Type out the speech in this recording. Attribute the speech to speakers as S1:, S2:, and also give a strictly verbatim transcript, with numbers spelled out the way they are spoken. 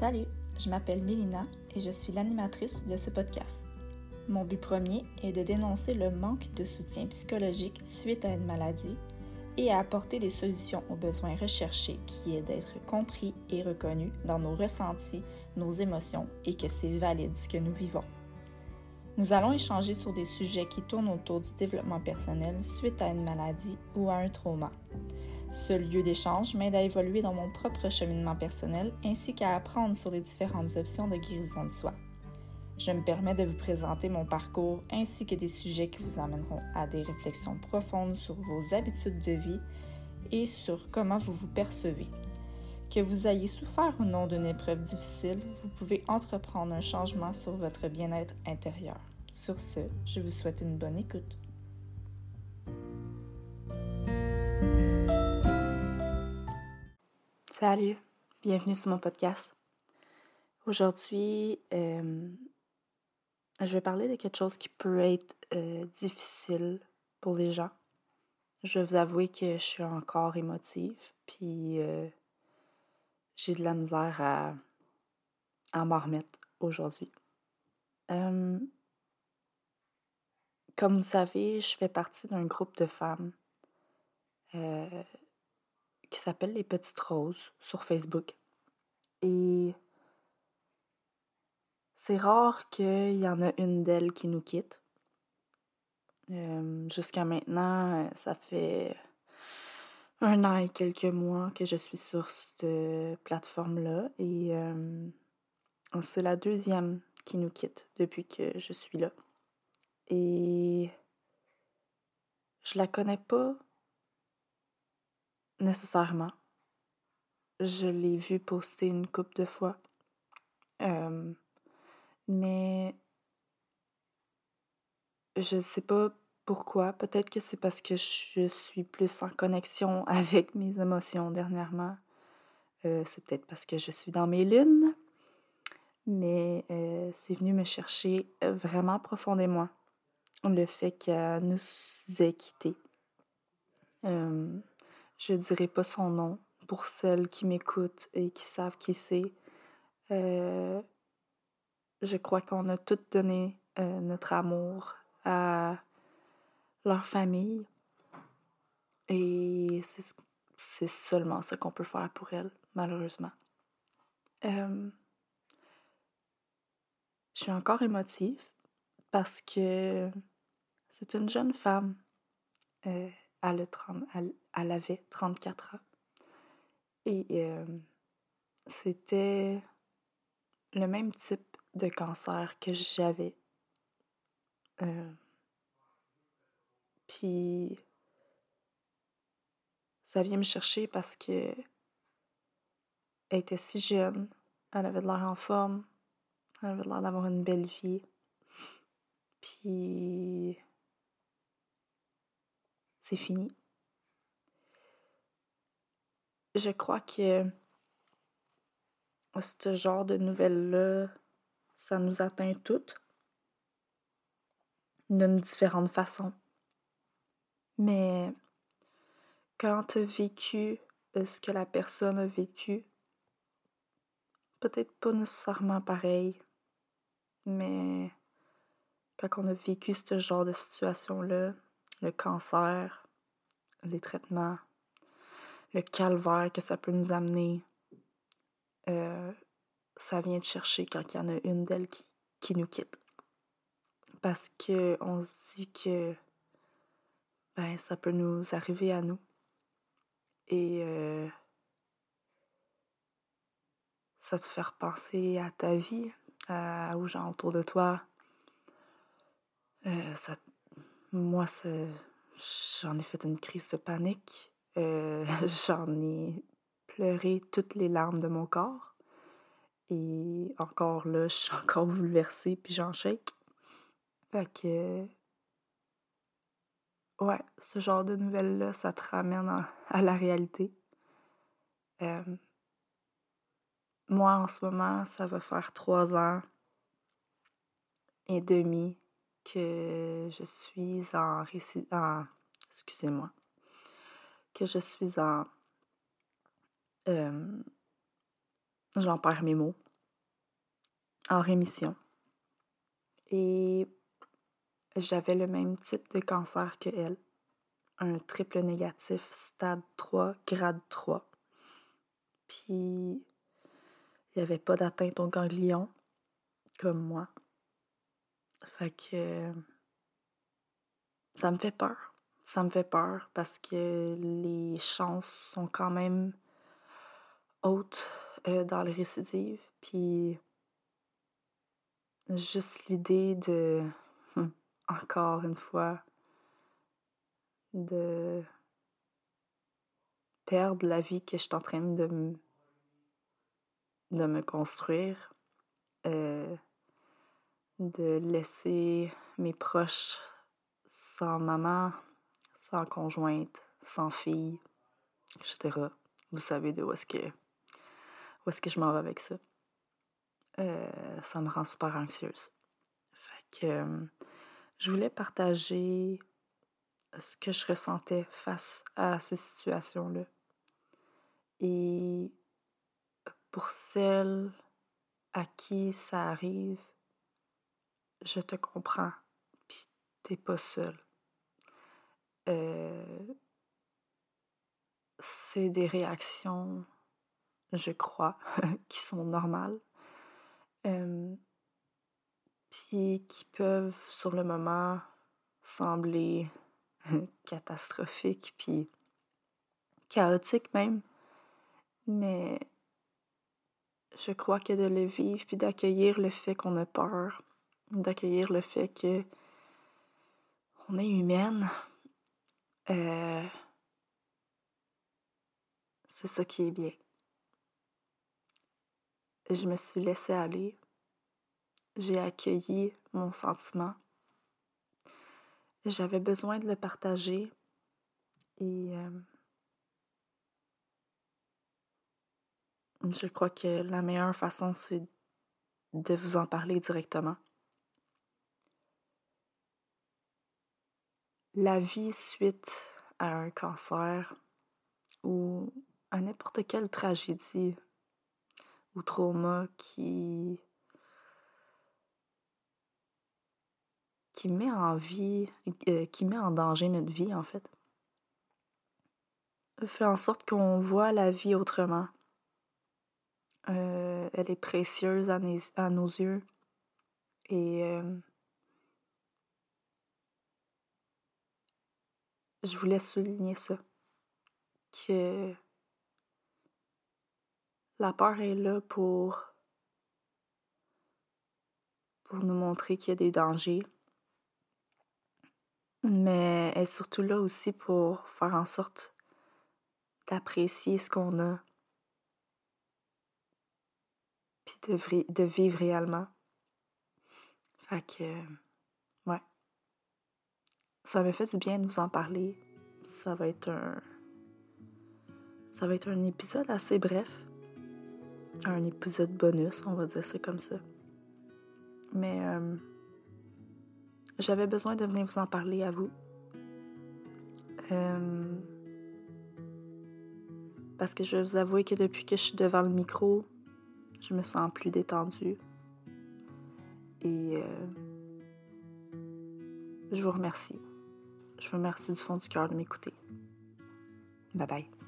S1: Salut, je m'appelle Mélina et je suis l'animatrice de ce podcast. Mon but premier est de dénoncer le manque de soutien psychologique suite à une maladie et à apporter des solutions aux besoins recherchés qui est d'être compris et reconnus dans nos ressentis, nos émotions et que c'est valide ce que nous vivons. Nous allons échanger sur des sujets qui tournent autour du développement personnel suite à une maladie ou à un trauma. Ce lieu d'échange m'aide à évoluer dans mon propre cheminement personnel ainsi qu'à apprendre sur les différentes options de guérison de soi. Je me permets de vous présenter mon parcours ainsi que des sujets qui vous amèneront à des réflexions profondes sur vos habitudes de vie et sur comment vous vous percevez. Que vous ayez souffert ou non d'une épreuve difficile, vous pouvez entreprendre un changement sur votre bien-être intérieur. Sur ce, je vous souhaite une bonne écoute. Salut, bienvenue sur mon podcast. Aujourd'hui, euh, je vais parler de quelque chose qui peut être euh, difficile pour les gens. Je vais vous avouer que je suis encore émotive, puis euh, j'ai de la misère à, à m'en remettre aujourd'hui. Euh, comme vous savez, je fais partie d'un groupe de femmes euh, qui s'appelle Les Petites Roses sur Facebook. Et c'est rare qu'il y en a une d'elles qui nous quitte. Euh, jusqu'à maintenant, ça fait un an et quelques mois que je suis sur cette plateforme-là et euh, c'est la deuxième qui nous quitte depuis que je suis là. Et je la connais pas nécessairement. Je l'ai vue poster une couple de fois. Euh, mais je sais pas pourquoi. Peut-être que c'est parce que je suis plus en connexion avec mes émotions dernièrement. Euh, c'est peut-être parce que je suis dans mes lunes. Mais euh, c'est venu me chercher vraiment profondément le fait qu'elle nous ait quittés. Euh, je dirai pas son nom pour celles qui m'écoutent et qui savent qui c'est. Euh, je crois qu'on a toutes donné euh, notre amour à leur famille et c'est, c'est seulement ce qu'on peut faire pour elles, malheureusement. Euh, je suis encore émotive parce que c'est une jeune femme. Euh, elle, a trente, elle, elle avait trente-quatre ans. Et euh, c'était le même type de cancer que j'avais. Euh, Puis ça vient me chercher parce que elle était si jeune. Elle avait de l'air en forme. Elle avait l'air d'avoir une belle vie. Puis c'est fini. Je crois que ce genre de nouvelles-là, ça nous atteint toutes d'une différente façon. Mais quand tu as vécu ce que la personne a vécu, peut-être pas nécessairement pareil, mais quand on a vécu ce genre de situation-là, le cancer, les traitements, le calvaire que ça peut nous amener, euh, ça vient de chercher quand il y en a une d'elles qui, qui nous quitte. Parce qu'on se dit que ben, ça peut nous arriver à nous. Et euh, ça te fait repenser à ta vie, à, aux gens autour de toi. Euh, ça, moi, ça, j'en ai fait une crise de panique. Euh, j'en ai pleuré toutes les larmes de mon corps. Et encore là, je suis encore bouleversée puis j'en shake. Fait que... Ouais, ce genre de nouvelles-là, ça te ramène à, à la réalité. Euh, moi, en ce moment, ça va faire trois ans et demi que je suis en réci... en... Excusez-moi. Que je suis en... Euh, j'en perds mes mots. en rémission. Et j'avais le même type de cancer que elle, un triple négatif, stade trois, grade trois. Puis, il n'y avait pas d'atteinte au ganglion, comme moi. Fait que ça me fait peur. Ça me fait peur parce que les chances sont quand même hautes euh, dans les récidives. Puis, juste l'idée de, hum, encore une fois, de perdre la vie que je suis en train de me, de me construire, euh, de laisser mes proches sans maman, sans conjointe, sans fille, et cetera. Vous savez de où est-ce que, où est-ce que je m'en vais avec ça. Euh, ça me rend super anxieuse. Fait que euh, je voulais partager ce que je ressentais face à ces situations-là. Et pour celles à qui ça arrive, je te comprends, pis t'es pas seule. Euh, c'est des réactions, je crois, qui sont normales, euh, puis qui peuvent, sur le moment, sembler catastrophiques, puis chaotiques même, mais je crois que de le vivre, puis d'accueillir le fait qu'on a peur, d'accueillir le fait que on est humaine, euh, c'est ça qui est bien. Je me suis laissée aller. J'ai accueilli mon sentiment. J'avais besoin de le partager et euh, je crois que la meilleure façon, c'est de vous en parler directement. La vie suite à un cancer ou à n'importe quelle tragédie ou trauma qui, qui met en vie, euh, qui met en danger notre vie en fait, fait en sorte qu'on voit la vie autrement. Euh, elle est précieuse à, nos, à nos yeux et euh, je voulais souligner ça, que la peur est là pour, pour nous montrer qu'il y a des dangers, mais elle est surtout là aussi pour faire en sorte d'apprécier ce qu'on a, puis de, vri- de vivre réellement. Fait que, ouais, ça m'a fait du bien de vous en parler. Ça va être un, ça va être un épisode assez bref, un épisode bonus, on va dire ça comme ça. Mais euh, j'avais besoin de venir vous en parler à vous. Euh, parce que je vais vous avouer que depuis que je suis devant le micro, je me sens plus détendue. Et euh, je vous remercie. Je vous remercie du fond du cœur de m'écouter. Bye bye.